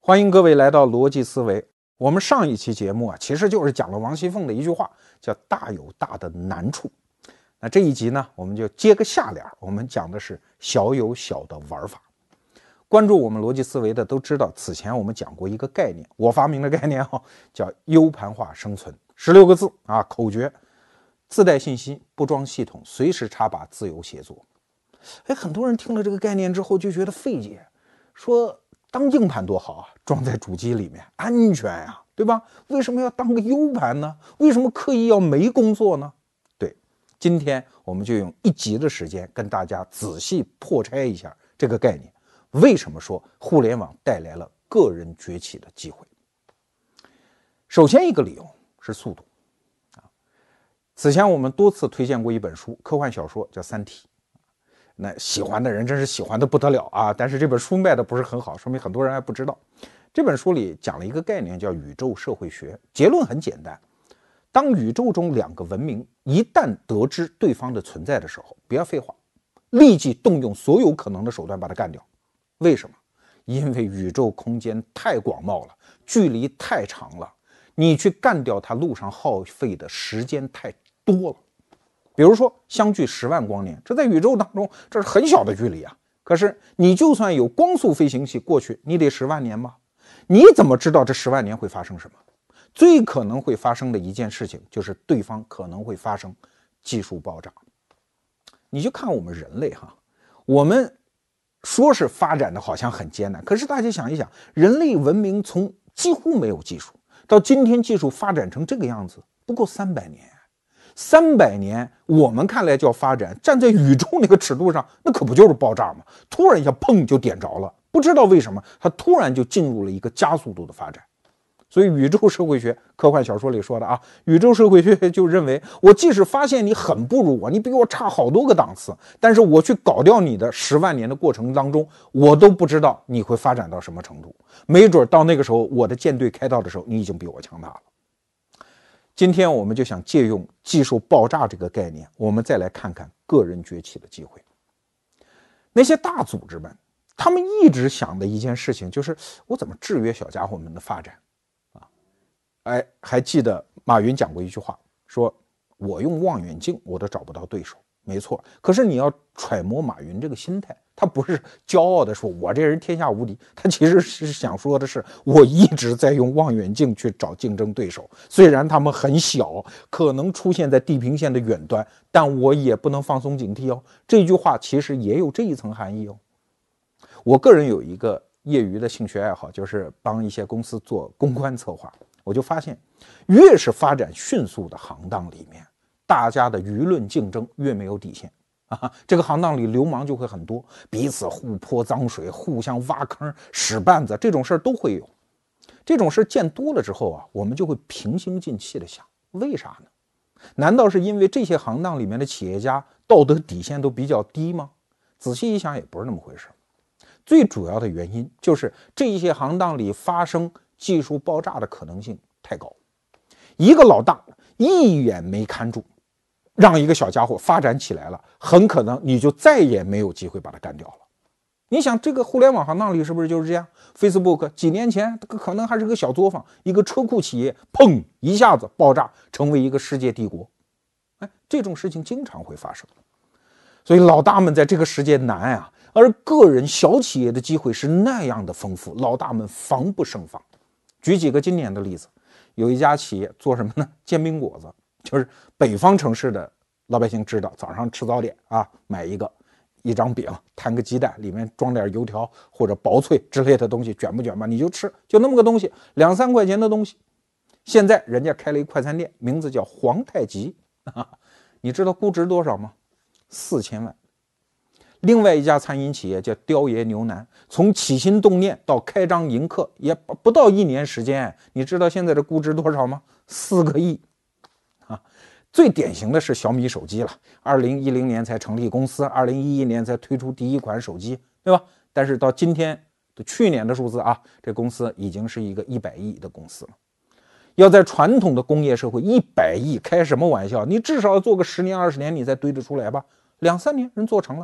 欢迎各位来到逻辑思维。我们上一期节目其实就是讲了王熙凤的一句话，叫大有大的难处。那这一集呢，我们就接个下联，我们讲的是小有小的玩法。关注我们逻辑思维的都知道，此前我们讲过一个概念，我发明的概念叫 U 盘化生存，16个字口诀：自带信息，不装系统，随时插拔，自由协作。很多人听了这个概念之后就觉得费解，说当硬盘多好啊，装在主机里面安全呀，对吧？为什么要当个 U 盘呢？为什么刻意要没工作呢？对，今天我们就用一集的时间跟大家仔细破拆一下这个概念。为什么说互联网带来了个人崛起的机会？首先一个理由是速度此前我们多次推荐过一本书，科幻小说叫《三体》。那喜欢的人真是喜欢的不得了但是这本书卖的不是很好，说明很多人还不知道。这本书里讲了一个概念叫宇宙社会学，结论很简单，当宇宙中两个文明一旦得知对方的存在的时候，不要废话，立即动用所有可能的手段把它干掉。为什么？因为宇宙空间太广袤了，距离太长了，你去干掉它路上耗费的时间太多了。比如说相距10万光年，这在宇宙当中这是很小的距离可是你就算有光速飞行器过去，你得10万年吗？你怎么知道这10万年会发生什么？最可能会发生的一件事情就是对方可能会发生技术爆炸。你就看我们人类我们说是发展的好像很艰难，可是大家想一想，人类文明从几乎没有技术到今天技术发展成这个样子，不够300年。300年我们看来叫发展，站在宇宙那个尺度上，那可不就是爆炸吗？突然一下砰就点着了，不知道为什么它突然就进入了一个加速度的发展。所以宇宙社会学科幻小说里说的宇宙社会学就认为，我即使发现你很不如我，你比我差好多个档次，但是我去搞掉你的10万年的过程当中，我都不知道你会发展到什么程度，没准到那个时候我的舰队开到的时候，你已经比我强大了。今天我们就想借用技术爆炸这个概念，我们再来看看个人崛起的机会。那些大组织们，他们一直想的一件事情就是我怎么制约小家伙们的发展还记得马云讲过一句话，说我用望远镜我都找不到对手。没错，可是你要揣摩马云这个心态，他不是骄傲的说我这人天下无敌，他其实是想说的是，我一直在用望远镜去找竞争对手，虽然他们很小，可能出现在地平线的远端，但我也不能放松警惕这句话其实也有这一层含义我个人有一个业余的兴趣爱好，就是帮一些公司做公关策划。我就发现，越是发展迅速的行当里面，大家的舆论竞争越没有底线这个行当里流氓就会很多，彼此互泼脏水，互相挖坑使绊子，这种事儿都会有。这种事见多了之后我们就会平心静气的想，为啥呢？难道是因为这些行当里面的企业家道德底线都比较低吗？仔细一想也不是那么回事。最主要的原因就是这些行当里发生技术爆炸的可能性太高，一个老大一眼没看住，让一个小家伙发展起来了，很可能你就再也没有机会把它干掉了。你想这个互联网行当里是不是就是这样？ Facebook 几年前可能还是个小作坊，一个车库企业砰一下子爆炸成为一个世界帝国。这种事情经常会发生。所以老大们在这个世界难而个人小企业的机会是那样的丰富，老大们防不胜防。举几个今年的例子，有一家企业做什么呢？煎饼果子，就是北方城市的老百姓知道，早上吃早点买一张饼，摊个鸡蛋，里面装点油条或者薄脆之类的东西，卷不卷吧你就吃，就那么个东西，2-3块钱的东西。现在人家开了一快餐店，名字叫皇太极你知道估值多少吗？4000万。另外一家餐饮企业叫雕爷牛腩，从起心动念到开张迎客也不到1年时间，你知道现在的估值多少吗？4个亿最典型的是小米手机了，2010年才成立公司，2011年才推出第一款手机，对吧？但是到今天去年的数字这公司已经是一个100亿的公司了。要在传统的工业社会100亿开什么玩笑，你至少要做个10年20年你才堆得出来吧，2-3年人做成了。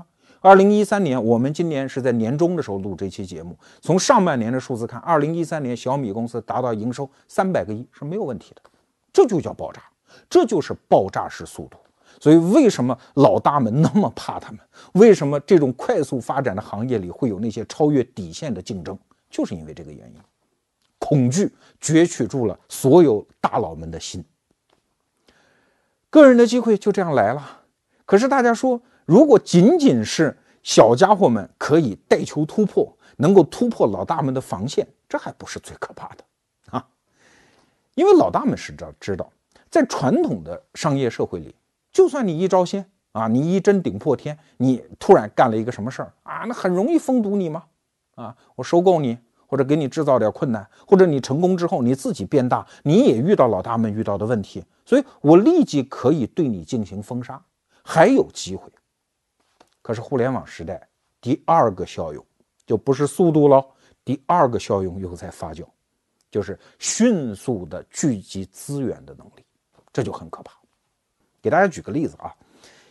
2013年，我们今年是在年中的时候录这期节目，从上半年的数字看，2013年小米公司达到营收300个亿是没有问题的，这就叫爆炸，这就是爆炸式速度。所以为什么老大们那么怕他们？为什么这种快速发展的行业里会有那些超越底线的竞争？就是因为这个原因，恐惧攫取住了所有大佬们的心。个人的机会就这样来了。可是大家说，如果仅仅是小家伙们可以带球突破，能够突破老大们的防线，这还不是最可怕的啊！因为老大们是知道，在传统的商业社会里，就算你一招鲜啊，你一针顶破天，你突然干了一个什么事儿啊，那很容易封堵你吗？啊，我收购你，或者给你制造点困难，或者你成功之后你自己变大，你也遇到老大们遇到的问题，所以我立即可以对你进行封杀，还有机会。可是互联网时代第二个效用就不是速度了，第二个效用又在发酵，就是迅速的聚集资源的能力，这就很可怕。给大家举个例子啊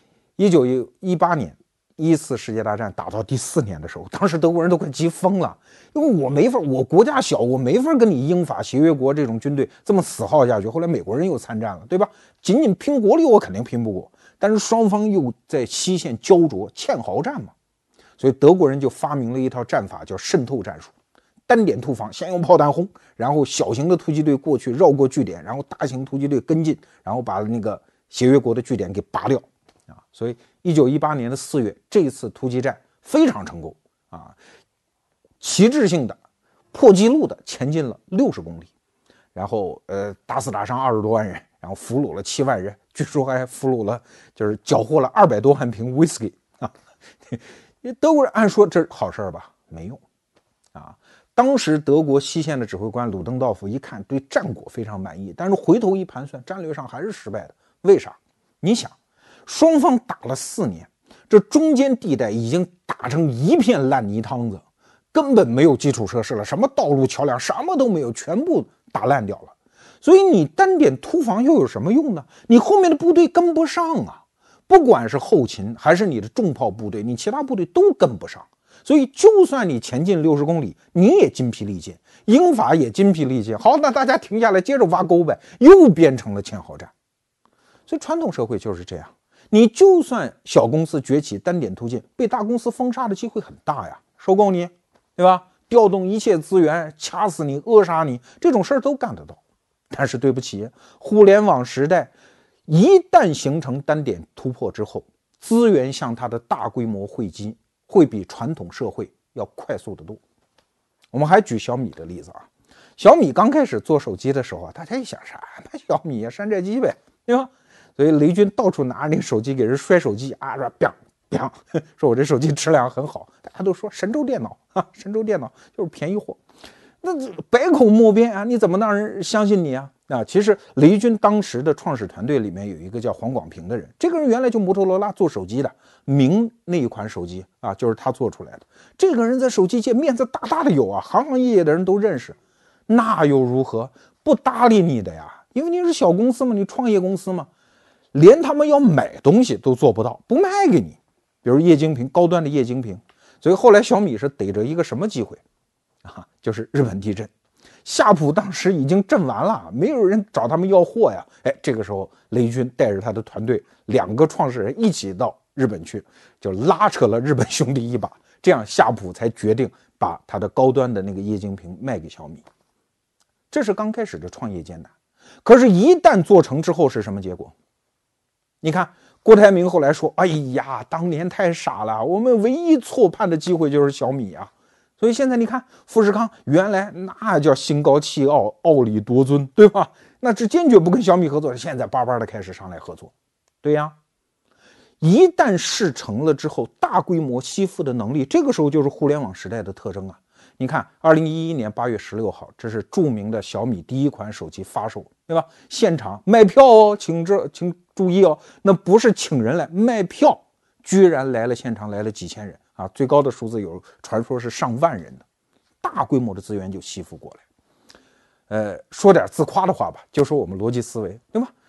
，1918年一次世界大战打到第4年的时候，当时德国人都快急疯了，因为我国家小，我没法跟你英法协约国这种军队这么死耗下去。后来美国人又参战了，对吧？仅仅拼国力我肯定拼不过，但是双方又在西线焦灼，堑壕战嘛，所以德国人就发明了一套战法，叫渗透战术。单点突防，先用炮弹轰，然后小型的突击队过去绕过据点，然后大型突击队跟进，然后把那个协约国的据点给拔掉啊！所以1918年的4月，这一次突击战非常成功啊，旗帜性的、破纪录的前进了60公里，然后打死打伤20多万人，然后俘虏了7万人，据说还俘虏了，就是缴获了200多万瓶 whisky 啊！德国人按说这是好事吧？没用啊！当时德国西线的指挥官鲁登道夫一看对战果非常满意，但是回头一盘算，战略上还是失败的。为啥？你想，双方打了4年，这中间地带已经打成一片烂泥汤子，根本没有基础设施了，什么道路桥梁什么都没有，全部打烂掉了。所以你单点突防又有什么用呢？你后面的部队跟不上啊，不管是后勤还是你的重炮部队，你其他部队都跟不上。所以就算你前进60公里，你也筋疲力尽，英法也筋疲力尽。好，那大家停下来接着挖沟呗，又变成了堑壕战。所以传统社会就是这样，你就算小公司崛起单点突进，被大公司封杀的机会很大呀，收购你，对吧？调动一切资源，掐死你，扼杀你，这种事儿都干得到。但是对不起，互联网时代一旦形成单点突破之后，资源向它的大规模汇集会比传统社会要快速得多。我们还举小米的例子啊，小米刚开始做手机的时候啊，大家一想啥那小米啊，山寨机呗，对吧？所以雷军到处拿着那个手机给人摔手机啊，说 biang biang， 说我这手机质量很好，大家都说神州电脑啊，神州电脑就是便宜货，那百口莫辩啊，你怎么让人相信你啊？其实雷军当时的创始团队里面有一个叫黄广平的人，这个人原来就摩托罗拉做手机的，明那一款手机啊，就是他做出来的。这个人在手机界面子大大的有啊，行行业业的人都认识，那又如何？不搭理你的呀，因为你是小公司嘛，你创业公司嘛，连他们要买东西都做不到，不卖给你。比如液晶屏，高端的液晶屏，所以后来小米是逮着一个什么机会啊？就是日本地震。夏普当时已经震完了，没有人找他们要货呀。这个时候雷军带着他的团队，2个创始人一起到日本去，就拉扯了日本兄弟一把，这样夏普才决定把他的高端的那个液晶屏卖给小米。这是刚开始的创业艰难，可是一旦做成之后是什么结果？你看郭台铭后来说，哎呀，当年太傻了，我们唯一错判的机会就是小米啊。所以现在你看富士康原来那叫心高气傲，傲里夺尊，对吧？那是坚决不跟小米合作，现在巴巴的开始上来合作。对呀，一旦事成了之后，大规模吸附的能力，这个时候就是互联网时代的特征啊。你看2011年8月16号，这是著名的小米第一款手机发售，对吧？现场卖票哦，请注意哦，那不是请人来卖票，居然来了现场来了几千人啊，最高的数字有传说是上万人的，大规模的资源就吸附过来。说点自夸的话吧，就说我们逻辑思维，对吧？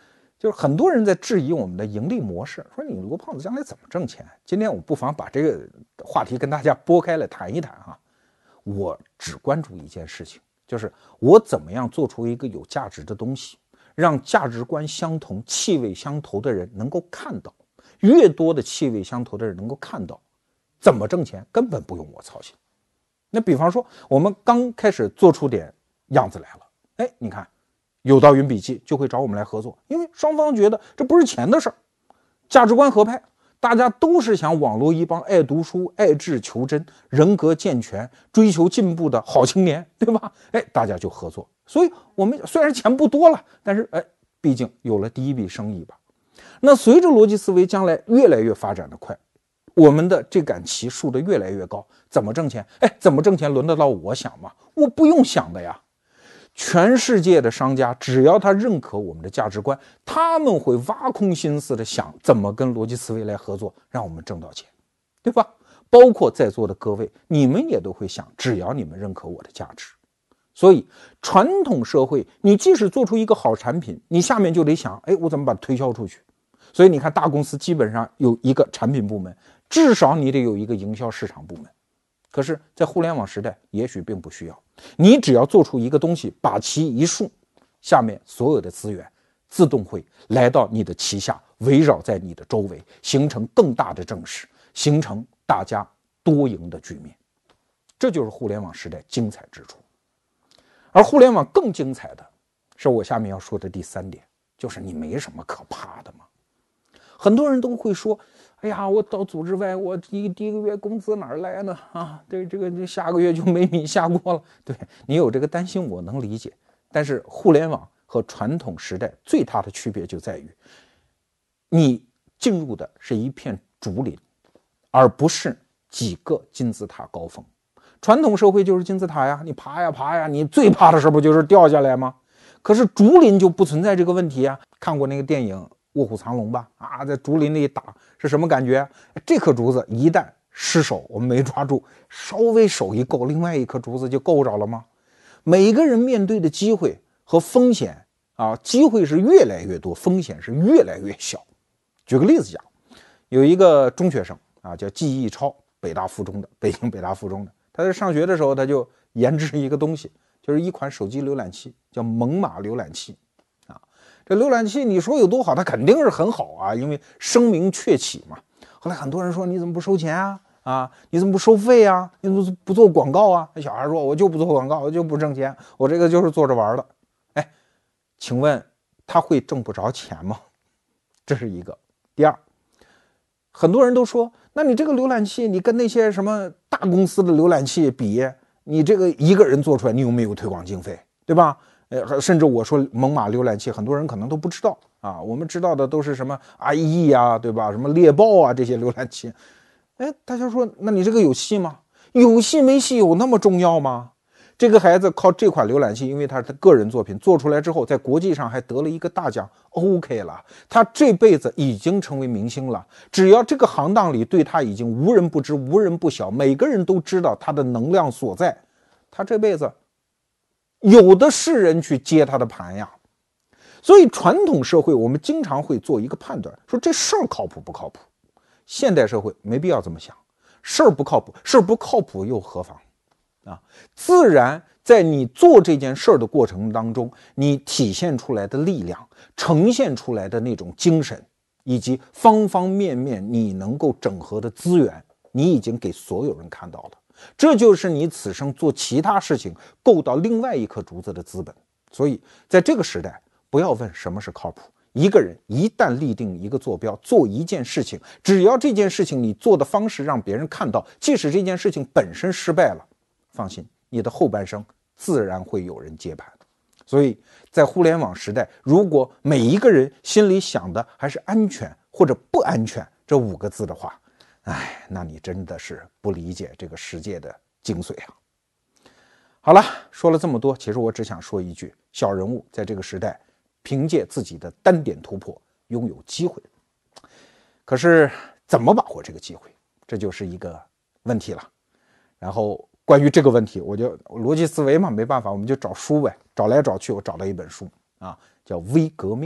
就是很多人在质疑我们的盈利模式，说你罗胖子将来怎么挣钱？今天我不妨把这个话题跟大家拨开来谈一谈啊。我只关注一件事情，就是我怎么样做出一个有价值的东西，让价值观相同、气味相投的人能够看到，越多的气味相投的人能够看到，怎么挣钱根本不用我操心。那比方说，我们刚开始做出点样子来了，哎，你看，有道云笔记就会找我们来合作，因为双方觉得这不是钱的事儿，价值观合拍，大家都是想网络一帮爱读书、爱智求真、人格健全、追求进步的好青年，对吧？哎，大家就合作。所以我们虽然钱不多了，但是哎，毕竟有了第一笔生意吧。那随着逻辑思维将来越来越发展的快，我们的这杆旗竖得越来越高，怎么挣钱？哎，怎么挣钱轮得到我想吗？我不用想的呀。全世界的商家只要他认可我们的价值观，他们会挖空心思的想怎么跟逻辑思维来合作，让我们挣到钱，对吧？包括在座的各位，你们也都会想，只要你们认可我的价值。所以传统社会，你即使做出一个好产品，你下面就得想，哎，我怎么把它推销出去？所以你看大公司基本上有一个产品部门，至少你得有一个营销市场部门。可是在互联网时代也许并不需要，你只要做出一个东西，把其一竖，下面所有的资源自动会来到你的旗下，围绕在你的周围，形成更大的正势，形成大家多赢的局面。这就是互联网时代精彩之处。而互联网更精彩的是我下面要说的第三点，就是你没什么可怕的嘛。很多人都会说，哎呀，我到组织外，我第一个月工资哪儿来呢？啊，对，这下个月就没米下锅了。对，你有这个担心，我能理解。但是互联网和传统时代最大的区别就在于，你进入的是一片竹林，而不是几个金字塔高峰。传统社会就是金字塔呀，你爬呀爬呀，你最怕的事不就是掉下来吗？可是竹林就不存在这个问题啊。看过那个电影卧虎藏龙吧？啊，在竹林里打是什么感觉？这颗竹子一旦失手，我们没抓住，稍微手一够，另外一颗竹子就够着了吗？每个人面对的机会和风险啊，机会是越来越多，风险是越来越小。举个例子讲，有一个中学生啊，叫季义超，北京北大附中的，他在上学的时候，他就研制一个东西，就是一款手机浏览器，叫猛犸浏览器。这浏览器你说有多好，它肯定是很好啊，因为声名鹊起嘛。后来很多人说你怎么不收钱啊？啊，你怎么不收费啊？你怎么不做广告啊？那小孩说我就不做广告，我就不挣钱，我这个就是做着玩的。哎，请问他会挣不着钱吗？这是一个。第二，很多人都说，那你这个浏览器，你跟那些什么大公司的浏览器比，你这个一个人做出来，你有没有推广经费，对吧？甚至我说猛犸浏览器，很多人可能都不知道啊。我们知道的都是什么 IE 啊，对吧？什么猎豹啊这些浏览器。哎，大家说，那你这个有戏吗？有戏没戏有那么重要吗？这个孩子靠这款浏览器，因为他是他个人作品做出来之后，在国际上还得了一个大奖 ，OK 了。他这辈子已经成为明星了。只要这个行当里对他已经无人不知、无人不晓，每个人都知道他的能量所在，他这辈子有的是人去接他的盘呀。所以传统社会我们经常会做一个判断，说这事儿靠谱不靠谱。现代社会没必要这么想，事儿不靠谱，事儿不靠谱又何妨啊？自然在你做这件事儿的过程当中，你体现出来的力量，呈现出来的那种精神，以及方方面面你能够整合的资源，你已经给所有人看到了。这就是你此生做其他事情够到另外一颗竹子的资本。所以在这个时代，不要问什么是靠谱，一个人一旦立定一个坐标，做一件事情，只要这件事情你做的方式让别人看到，即使这件事情本身失败了，放心，你的后半生自然会有人接盘。所以在互联网时代，如果每一个人心里想的还是安全或者不安全这5个字的话，哎，那你真的是不理解这个世界的精髓啊。好了，说了这么多，其实我只想说一句，小人物在这个时代凭借自己的单点突破拥有机会，可是怎么把握这个机会，这就是一个问题了。然后关于这个问题，我就逻辑思维嘛，没办法，我们就找书呗，找来找去，我找到一本书啊，叫《微革命》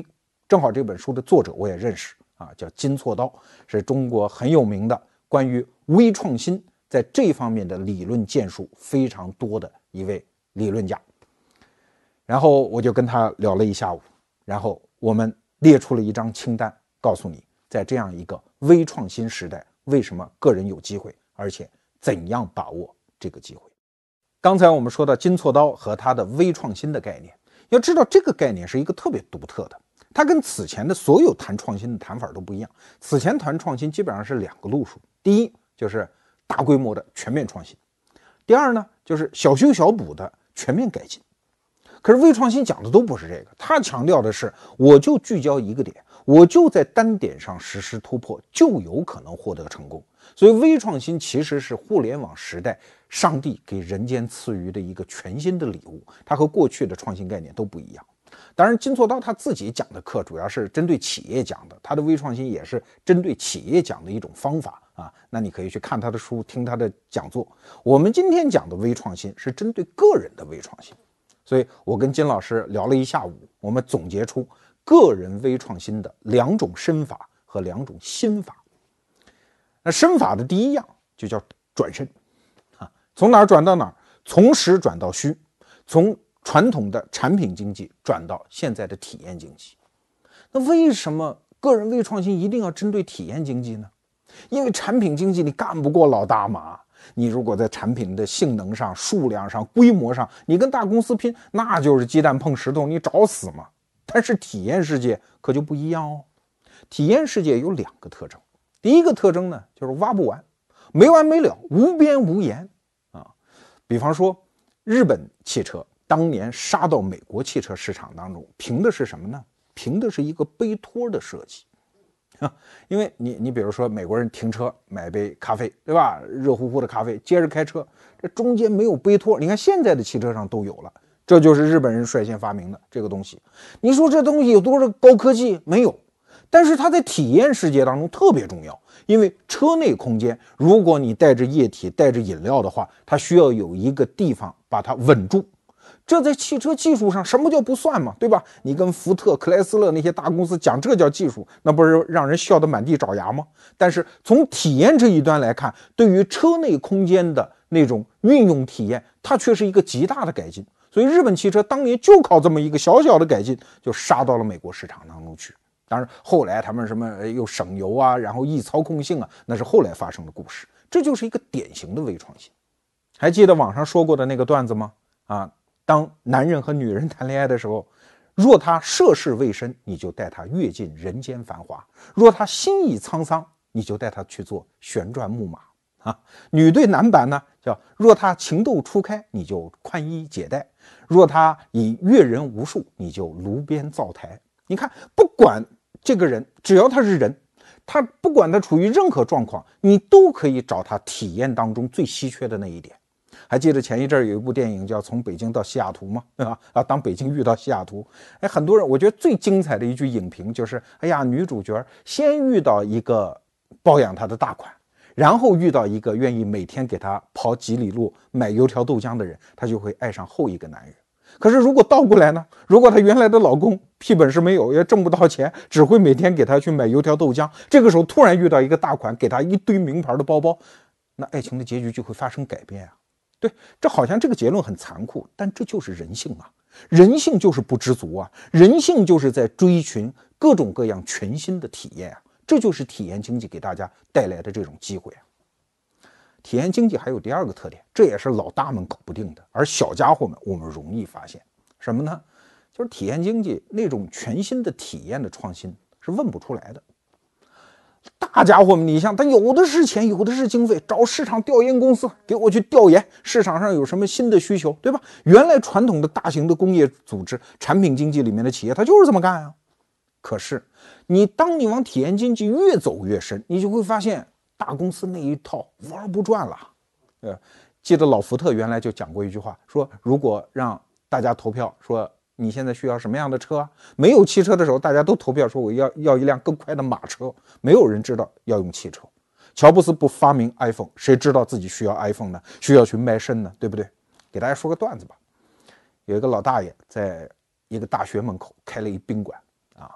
正好这本书的作者我也认识啊，叫金错刀，是中国很有名的关于微创新在这方面的理论建树非常多的一位理论家。然后我就跟他聊了一下午，然后我们列出了一张清单，告诉你在这样一个微创新时代，为什么个人有机会，而且怎样把握这个机会。刚才我们说到金错刀和他的微创新的概念，要知道这个概念是一个特别独特的，它跟此前的所有谈创新的谈法都不一样。此前谈创新基本上是两个路数，第一就是大规模的全面创新，第二呢就是小修小补的全面改进。可是微创新讲的都不是这个，它强调的是我就聚焦一个点，我就在单点上实施突破，就有可能获得成功。所以微创新其实是互联网时代上帝给人间赐予的一个全新的礼物，它和过去的创新概念都不一样。当然金错刀他自己讲的课主要是针对企业讲的，他的微创新也是针对企业讲的一种方法啊，那你可以去看他的书，听他的讲座。我们今天讲的微创新是针对个人的微创新，所以我跟金老师聊了一下午，我们总结出个人微创新的两种身法和两种心法。那身法的第一样就叫转身啊，从哪儿转到哪儿，从实转到虚，从传统的产品经济转到现在的体验经济。那为什么个人微创新一定要针对体验经济呢？因为产品经济你干不过老大嘛，你如果在产品的性能上、数量上、规模上，你跟大公司拼，那就是鸡蛋碰石头，你找死嘛。但是体验世界可就不一样哦。体验世界有两个特征，第一个特征呢，就是挖不完，没完没了，无边无沿啊。比方说，日本汽车当年杀到美国汽车市场当中，凭的是什么呢？凭的是一个杯托的设计。因为你比如说美国人停车买杯咖啡，对吧？热乎乎的咖啡，接着开车，这中间没有杯托，你看现在的汽车上都有了，这就是日本人率先发明的这个东西。你说这东西有多少高科技？没有，但是它在体验世界当中特别重要，因为车内空间，如果你带着液体带着饮料的话，它需要有一个地方把它稳住。这在汽车技术上什么叫不算嘛，对吧？你跟福特、克莱斯勒那些大公司讲这叫技术，那不是让人笑得满地找牙吗？但是从体验这一端来看，对于车内空间的那种运用体验，它却是一个极大的改进。所以日本汽车当年就靠这么一个小小的改进，就杀到了美国市场当中去。当然后来他们什么又省油啊，然后易操控性啊，那是后来发生的故事。这就是一个典型的微创新。还记得网上说过的那个段子吗？啊，当男人和女人谈恋爱的时候，若他涉世未深，你就带他阅尽人间繁华；若他心意沧桑，你就带他去做旋转木马啊。女对男版呢，叫若他情窦初开，你就宽衣解带；若他已阅人无数，你就炉边灶台。你看，不管这个人，只要他是人，他不管他处于任何状况，你都可以找他体验当中最稀缺的那一点。还记得前一阵有一部电影叫《从北京到西雅图》吗？对吧？当北京遇到西雅图，很多人我觉得最精彩的一句影评就是：哎呀，女主角先遇到一个包养她的大款，然后遇到一个愿意每天给她跑几里路买油条豆浆的人，她就会爱上后一个男人。可是如果倒过来呢？如果她原来的老公屁本事没有，也挣不到钱，只会每天给她去买油条豆浆，这个时候突然遇到一个大款，给她一堆名牌的包包，那爱情的结局就会发生改变啊。对，这好像这个结论很残酷，但这就是人性啊！人性就是不知足啊！人性就是在追寻各种各样全新的体验啊！这就是体验经济给大家带来的这种机会啊！体验经济还有第二个特点，这也是老大们搞不定的，而小家伙们我们容易发现什么呢？就是体验经济那种全新的体验的创新是问不出来的。大家伙们，你像他有的是钱，有的是经费，找市场调研公司给我去调研市场上有什么新的需求，对吧？原来传统的大型的工业组织、产品经济里面的企业，他就是这么干啊。可是当你往体验经济越走越深，你就会发现大公司那一套玩不转了。记得老福特原来就讲过一句话，说如果让大家投票说你现在需要什么样的车啊？没有汽车的时候，大家都投票说我要一辆更快的马车，没有人知道要用汽车。乔布斯不发明 iPhone， 谁知道自己需要 iPhone 呢？需要去卖肾呢，对不对？给大家说个段子吧。有一个老大爷在一个大学门口开了一宾馆啊，然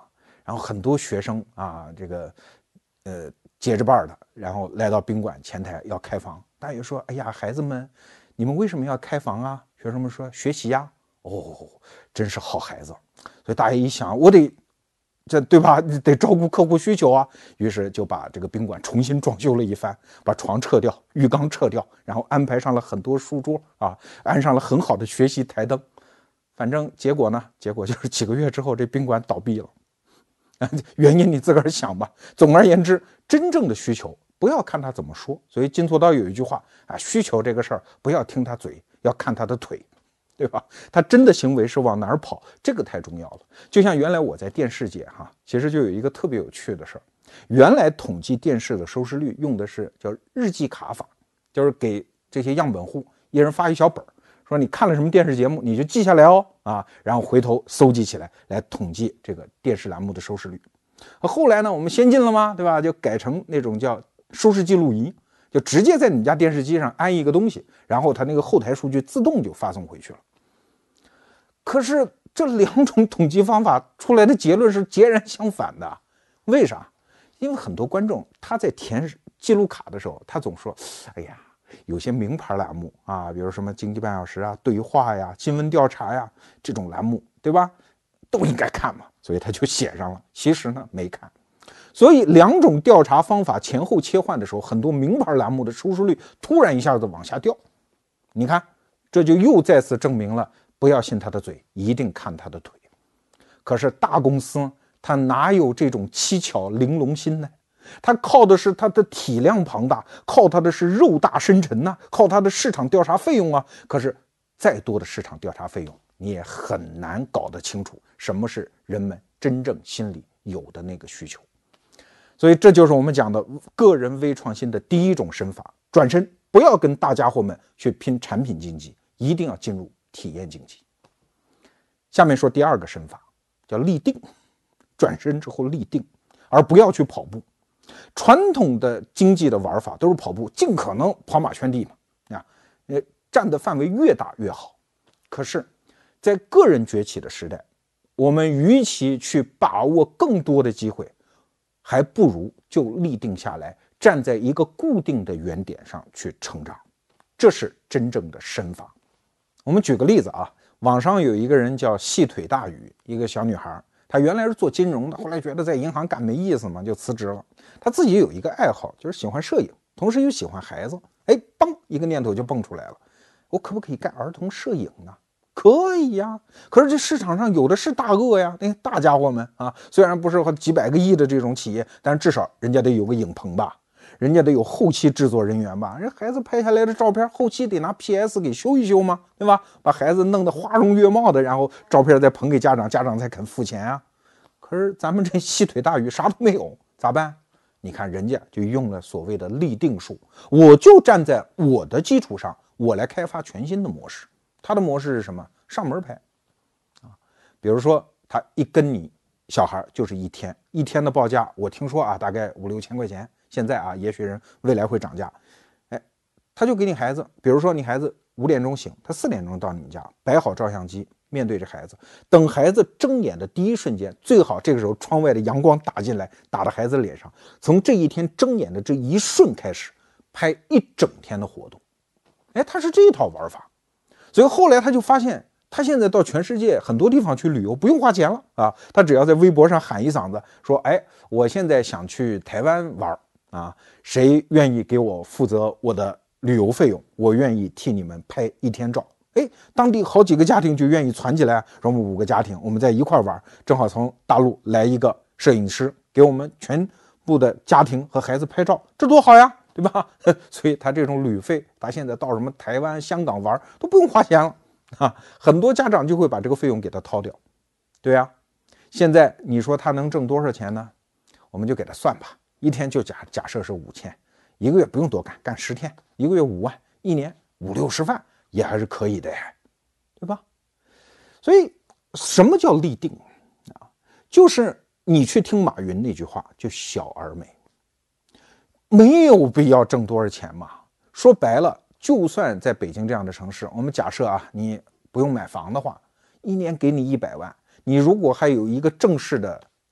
然后很多学生啊，这个结着伴的，然后来到宾馆前台要开房。大爷说：“哎呀，孩子们，你们为什么要开房啊？”学生们说：“学习呀。”哦，真是好孩子。所以大爷一想，我得这对吧？得照顾客户需求啊。于是就把这个宾馆重新装修了一番，把床撤掉，浴缸撤掉，然后安排上了很多书桌啊，安上了很好的学习台灯。反正结果呢？结果就是几个月之后，这宾馆倒闭了。原因你自个儿想吧。总而言之，真正的需求不要看他怎么说。所以金错刀有一句话啊，需求这个事儿不要听他嘴，要看他的腿，对吧？他真的行为是往哪儿跑，这个太重要了。就像原来我在电视界其实就有一个特别有趣的事儿。原来统计电视的收视率用的是叫日记卡法，就是给这些样本户一人发一小本，说你看了什么电视节目，你就记下来然后回头搜集起来，来统计这个电视栏目的收视率。后来呢，我们先进了吗？对吧？就改成那种叫收视记录仪，就直接在你家电视机上安一个东西，然后它那个后台数据自动就发送回去了。可是这两种统计方法出来的结论是截然相反的。为啥？因为很多观众他在填记录卡的时候，他总说：“哎呀，有些名牌栏目啊，比如什么经济半小时啊、对话呀、新闻调查呀这种栏目，对吧？都应该看嘛。”所以他就写上了。其实呢，没看。所以两种调查方法前后切换的时候，很多名牌栏目的收视率突然一下子往下掉。你看，这就又再次证明了，不要信他的嘴，一定看他的腿。可是大公司它哪有这种七巧玲珑心呢？它靠的是它的体量庞大，靠它的是肉大深沉呐，靠它的市场调查费用啊。可是再多的市场调查费用，你也很难搞得清楚什么是人们真正心里有的那个需求。所以这就是我们讲的个人微创新的第一种身法，转身不要跟大家伙们去拼产品经济，一定要进入体验经济。下面说第二个身法，叫立定，转身之后立定，而不要去跑步。传统的经济的玩法都是跑步，尽可能跑马圈地嘛，占的范围越大越好。可是在个人崛起的时代，我们与其去把握更多的机会，还不如就立定下来，站在一个固定的原点上去成长，这是真正的身法。我们举个例子啊，网上有一个人叫细腿大宇，一个小女孩，她原来是做金融的，后来觉得在银行干没意思嘛，就辞职了。她自己有一个爱好，就是喜欢摄影，同时又喜欢孩子。嘣，一个念头就蹦出来了，我可不可以干儿童摄影啊？可以呀，可是这市场上有的是大鳄呀，那大家伙们啊，虽然不是几百个亿的这种企业，但是至少人家得有个影棚吧，人家得有后期制作人员吧，人孩子拍下来的照片后期得拿 PS 给修一修嘛，对吧？把孩子弄得花容月貌的，然后照片再捧给家长，家长才肯付钱啊。可是咱们这细腿大鱼啥都没有，咋办？你看人家就用了所谓的立定术，我就站在我的基础上，我来开发全新的模式。他的模式是什么？上门拍比如说他一跟你小孩就是一天的报价，我听说大概5、6千块钱，现在也许人未来会涨价。他就给你孩子，比如说你孩子5点钟醒，他4点钟到你们家，摆好照相机，面对着孩子，等孩子睁眼的第一瞬间，最好这个时候窗外的阳光打进来，打到孩子脸上，从这一天睁眼的这一瞬开始，拍1整天的活动。他是这一套玩法。所以后来他就发现，他现在到全世界很多地方去旅游不用花钱了他只要在微博上喊一嗓子说，我现在想去台湾玩谁愿意给我负责我的旅游费用，我愿意替你们拍1天照。当地好几个家庭就愿意攒起来，说我们5个家庭我们在一块玩，正好从大陆来一个摄影师给我们全部的家庭和孩子拍照，这多好呀，对吧？所以他这种旅费，他现在到什么台湾、香港玩都不用花钱了很多家长就会把这个费用给他掏掉。对啊，现在你说他能挣多少钱呢？我们就给他算吧，一天就假设是5000，一个月不用多干10天，一个月5万，一年50、60万也还是可以的，对吧？所以什么叫立定就是你去听马云那句话，就小而美。没有必要挣多少钱嘛。说白了，就算在北京这样的城市，我们假设你不用买房的话，一年给你100万，你如果还有一个正式的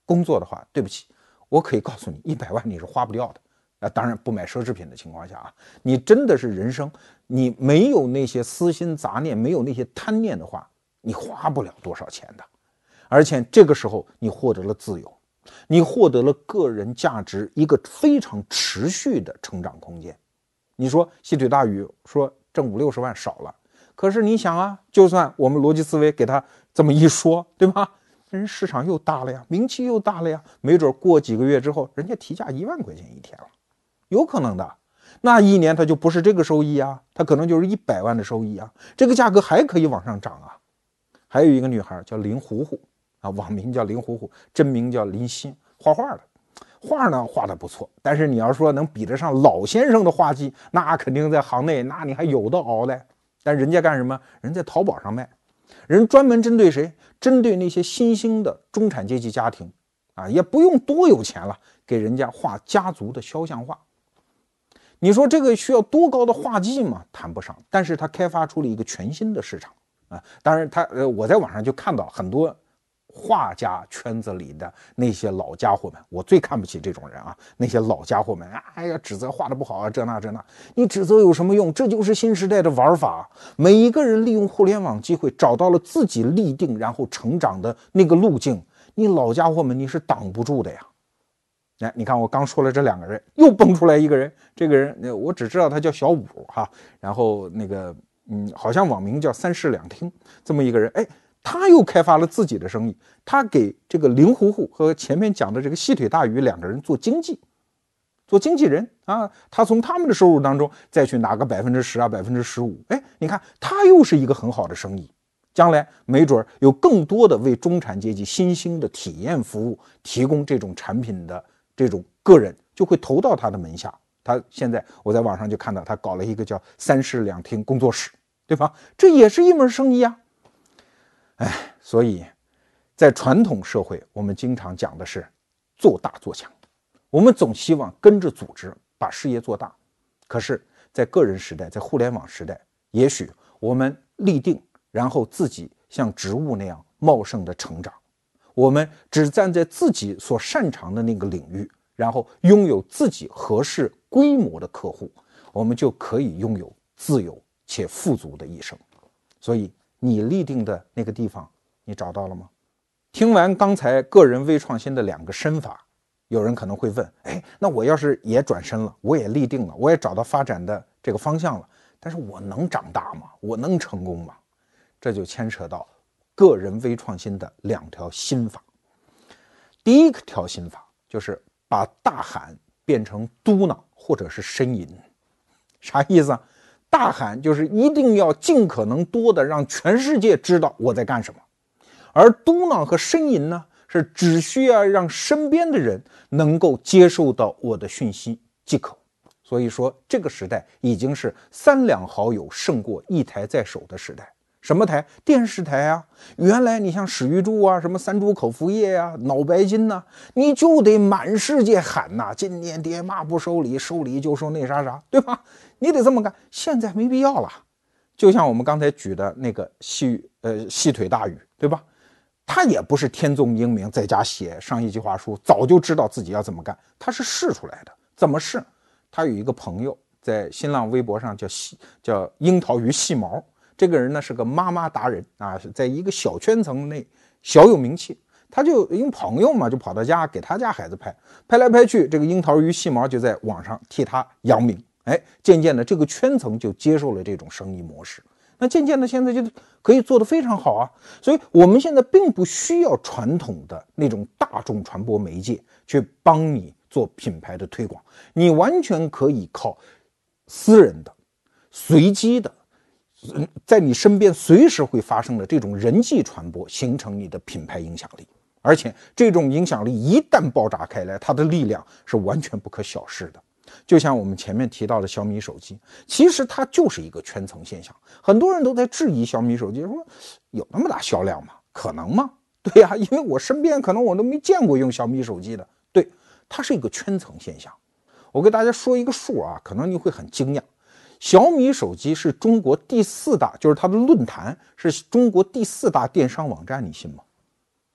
工作的话，对不起，我可以告诉你，100万你是花不掉的。当然不买奢侈品的情况下啊，你真的是人生，你没有那些私心杂念，没有那些贪念的话，你花不了多少钱的。而且这个时候你获得了自由，你获得了个人价值一个非常持续的成长空间。你说细腿大鱼说挣50-60万少了，可是你想啊，就算我们逻辑思维给他这么一说，对吧？人市场又大了呀，名气又大了呀，没准过几个月之后，人家提价1万块钱一天了，有可能的。那一年他就不是这个收益啊，他可能就是100万的收益啊，这个价格还可以往上涨啊。还有一个女孩叫林糊糊啊，网名叫林糊糊，真名叫林欣，画画的。画呢画的不错，但是你要说能比得上老先生的画技，那肯定在行内，那你还有的熬嘞。但人家干什么？人在淘宝上卖，人专门针对谁？针对那些新兴的中产阶级家庭啊，也不用多有钱了，给人家画家族的肖像画。你说这个需要多高的画技吗？谈不上，但是他开发出了一个全新的市场啊。当然我在网上就看到很多画家圈子里的那些老家伙们，我最看不起这种人啊！那些老家伙们，哎呀，指责画的不好啊，这那，你指责有什么用？这就是新时代的玩法。每一个人利用互联网机会，找到了自己立定然后成长的那个路径。你老家伙们，你是挡不住的呀！哎，你看我刚说了这2个人，又蹦出来一个人，这个人我只知道他叫小五哈，然后好像网名叫3室2厅这么一个人，哎。他又开发了自己的生意，他给这个林糊糊和前面讲的这个细腿大鱼2个人做经纪人啊，他从他们的收入当中再去拿个10%啊15%，哎，你看他又是一个很好的生意，将来没准有更多的为中产阶级新兴的体验服务提供这种产品的这种个人就会投到他的门下。他现在我在网上就看到他搞了一个叫3室2厅工作室，对吧？这也是一门生意啊。哎，所以在传统社会，我们经常讲的是做大做强，我们总希望跟着组织把事业做大。可是，在个人时代，在互联网时代，也许我们立定，然后自己像植物那样茂盛的成长。我们只站在自己所擅长的那个领域，然后拥有自己合适规模的客户，我们就可以拥有自由且富足的一生。所以，你立定的那个地方，你找到了吗？听完刚才个人微创新的2个身法，有人可能会问，哎，那我要是也转身了，我也立定了，我也找到发展的这个方向了，但是我能长大吗？我能成功吗？这就牵扯到个人微创新的2条心法。第一条心法就是把大喊变成嘟囔或者是呻吟。啥意思啊？大喊就是一定要尽可能多的让全世界知道我在干什么，而嘟囔和呻吟呢，是只需要让身边的人能够接受到我的讯息即可。所以说，这个时代已经是3两好友胜过1台在手的时代。什么台？电视台啊！原来你像史玉柱啊，什么三株口服液啊，脑白金呐，你就得满世界喊呐，今年爹妈不收礼，收礼就收那啥啥，对吧？你得这么干。现在没必要了。就像我们刚才举的那个细腿大鱼，对吧？他也不是天纵英明，在家写上一计划书，早就知道自己要怎么干，他是试出来的。怎么试？他有一个朋友在新浪微博上叫樱桃鱼细毛。这个人呢是个妈妈达人啊，是在一个小圈层内小有名气。他就因为朋友嘛，就跑到家给他家孩子拍来拍去，这个樱桃鱼细毛就在网上替他扬名。哎，渐渐的这个圈层就接受了这种生意模式。那渐渐的现在就可以做得非常好啊。所以我们现在并不需要传统的那种大众传播媒介去帮你做品牌的推广，你完全可以靠私人的、随机的。在你身边随时会发生的这种人际传播，形成你的品牌影响力。而且这种影响力一旦爆炸开来，它的力量是完全不可小视的。就像我们前面提到的小米手机，其实它就是一个圈层现象。很多人都在质疑小米手机，说有那么大销量吗？可能吗？对呀，因为我身边可能我都没见过用小米手机的。对，它是一个圈层现象。我给大家说一个数啊，可能你会很惊讶。小米手机是中国第4大，就是它的论坛是中国第4大电商网站，你信吗？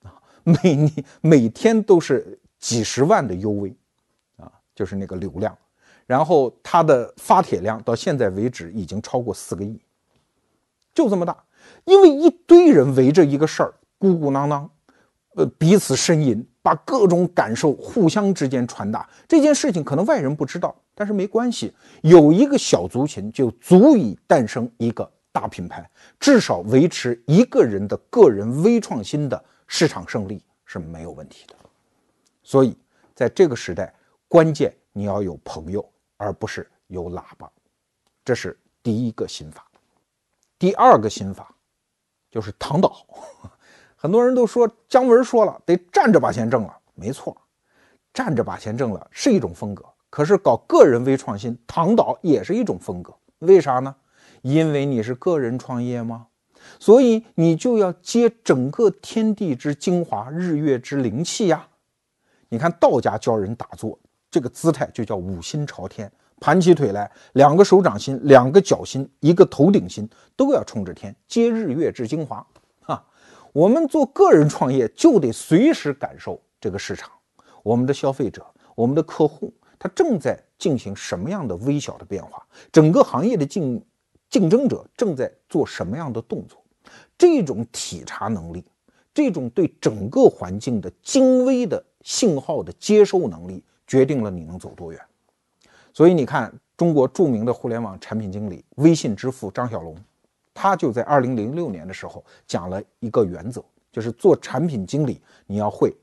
每天都是几十万的 UV 啊，就是那个流量，然后它的发帖量到现在为止已经超过4个亿，就这么大。因为一堆人围着一个事儿咕咕囔囔，彼此呻吟，把各种感受互相之间传达。这件事情可能外人不知道，但是没关系，有一个小族群就足以诞生一个大品牌，至少维持一个人的个人微创新的市场胜利是没有问题的。所以在这个时代，关键你要有朋友，而不是有喇叭。这是第一个心法。第二个心法就是躺倒。很多人都说姜文说了得站着把钱挣了，没错，站着把钱挣了是一种风格，可是搞个人微创新躺倒也是一种风格。为啥呢？因为你是个人创业吗？所以你就要接整个天地之精华，日月之灵气呀。你看道家教人打坐，这个姿态就叫五心朝天，盘起腿来，2个手掌心，2个脚心，1个头顶心，都要冲着天，接日月之精华啊。我们做个人创业就得随时感受这个市场，我们的消费者，我们的客户，他正在进行什么样的微小的变化，整个行业的竞争者正在做什么样的动作。这种体察能力，这种对整个环境的精微的信号的接收能力，决定了你能走多远。所以你看，中国著名的互联网产品经理、微信之父张小龙，他就在2006年的时候讲了一个原则，就是做产品经理你要会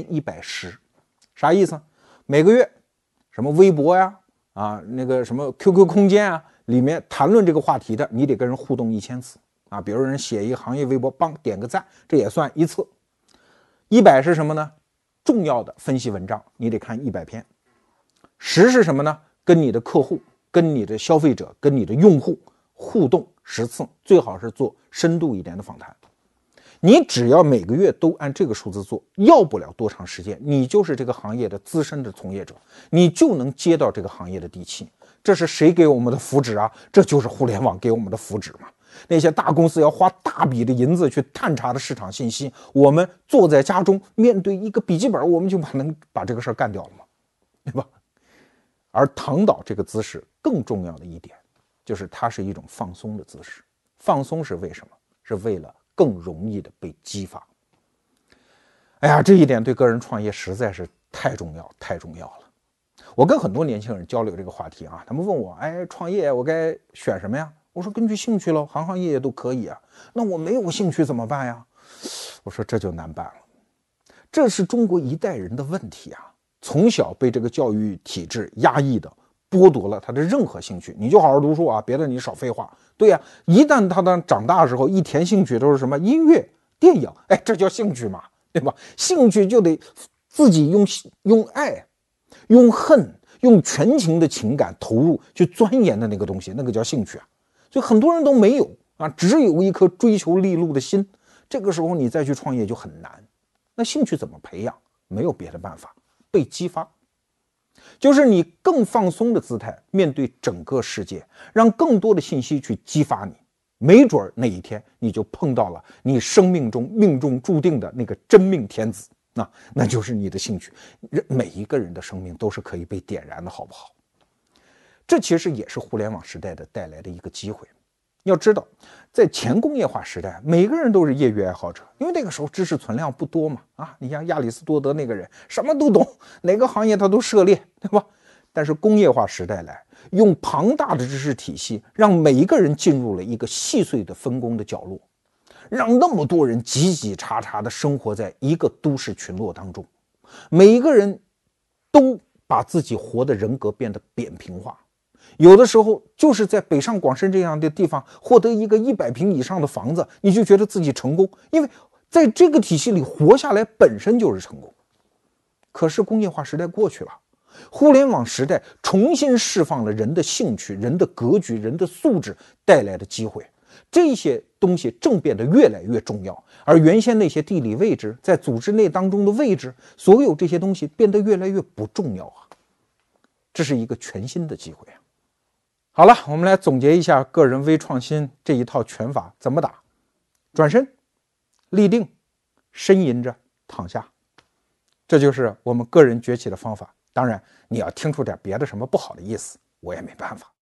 1110。啥意思？每个月什么微博呀，那个什么 QQ 空间啊，里面谈论这个话题的，你得跟人互动1000次啊。比如人写一个行业微博，帮点个赞，这也算1次。100是什么呢？重要的分析文章，你得看100篇。10是什么呢？跟你的客户、跟你的消费者、跟你的用户互动10次，最好是做深度一点的访谈。你只要每个月都按这个数字做，要不了多长时间，你就是这个行业的资深的从业者，你就能接到这个行业的地气。这是谁给我们的福祉啊？这就是互联网给我们的福祉嘛。那些大公司要花大笔的银子去探查的市场信息，我们坐在家中面对一个笔记本，我们就能把这个事儿干掉了嘛，对吧？而躺倒这个姿势更重要的一点，就是它是一种放松的姿势。放松是为什么？是为了更容易的被激发。哎呀，这一点对个人创业实在是太重要了。我跟很多年轻人交流这个话题啊，他们问我，创业我该选什么呀？我说根据兴趣咯，行行业业都可以啊。那我没有兴趣怎么办呀？我说这就难办了。这是中国一代人的问题啊，从小被这个教育体制压抑的，剥夺了他的任何兴趣。你就好好读书啊，别的你少废话。对呀，一旦他长大的时候一填兴趣都是什么音乐、电影，这叫兴趣嘛，对吧？兴趣就得自己用爱、用恨、用全情的情感投入去钻研的那个东西，那个叫兴趣啊。所以很多人都没有啊，只有一颗追求利禄的心。这个时候你再去创业就很难。那兴趣怎么培养？没有别的办法，被激发。就是你更放松的姿态面对整个世界，让更多的信息去激发你，没准那一天你就碰到了你生命中命中注定的那个真命天子，那就是你的兴趣。每一个人的生命都是可以被点燃的，好不好？这其实也是互联网时代的带来的一个机会。要知道，在前工业化时代，每个人都是业余爱好者，因为那个时候知识存量不多嘛。你像亚里士多德那个人，什么都懂，哪个行业他都涉猎，对吧？但是工业化时代来，用庞大的知识体系，让每一个人进入了一个细碎的分工的角落，让那么多人挤挤叉叉的生活在一个都市群落当中，每一个人都把自己活的人格变得扁平化。有的时候就是在北上广深这样的地方获得一个100平以上的房子，你就觉得自己成功，因为在这个体系里活下来本身就是成功。可是工业化时代过去了，互联网时代重新释放了人的兴趣、人的格局、人的素质带来的机会，这些东西正变得越来越重要。而原先那些地理位置在组织内当中的位置，所有这些东西变得越来越不重要啊！这是一个全新的机会啊！好了，我们来总结一下个人微创新这一套拳法怎么打。转身、立定、呻吟着、 躺下。这就是我们个人崛起的方法。当然，你要听出点别的什么不好的意思，我也没办法。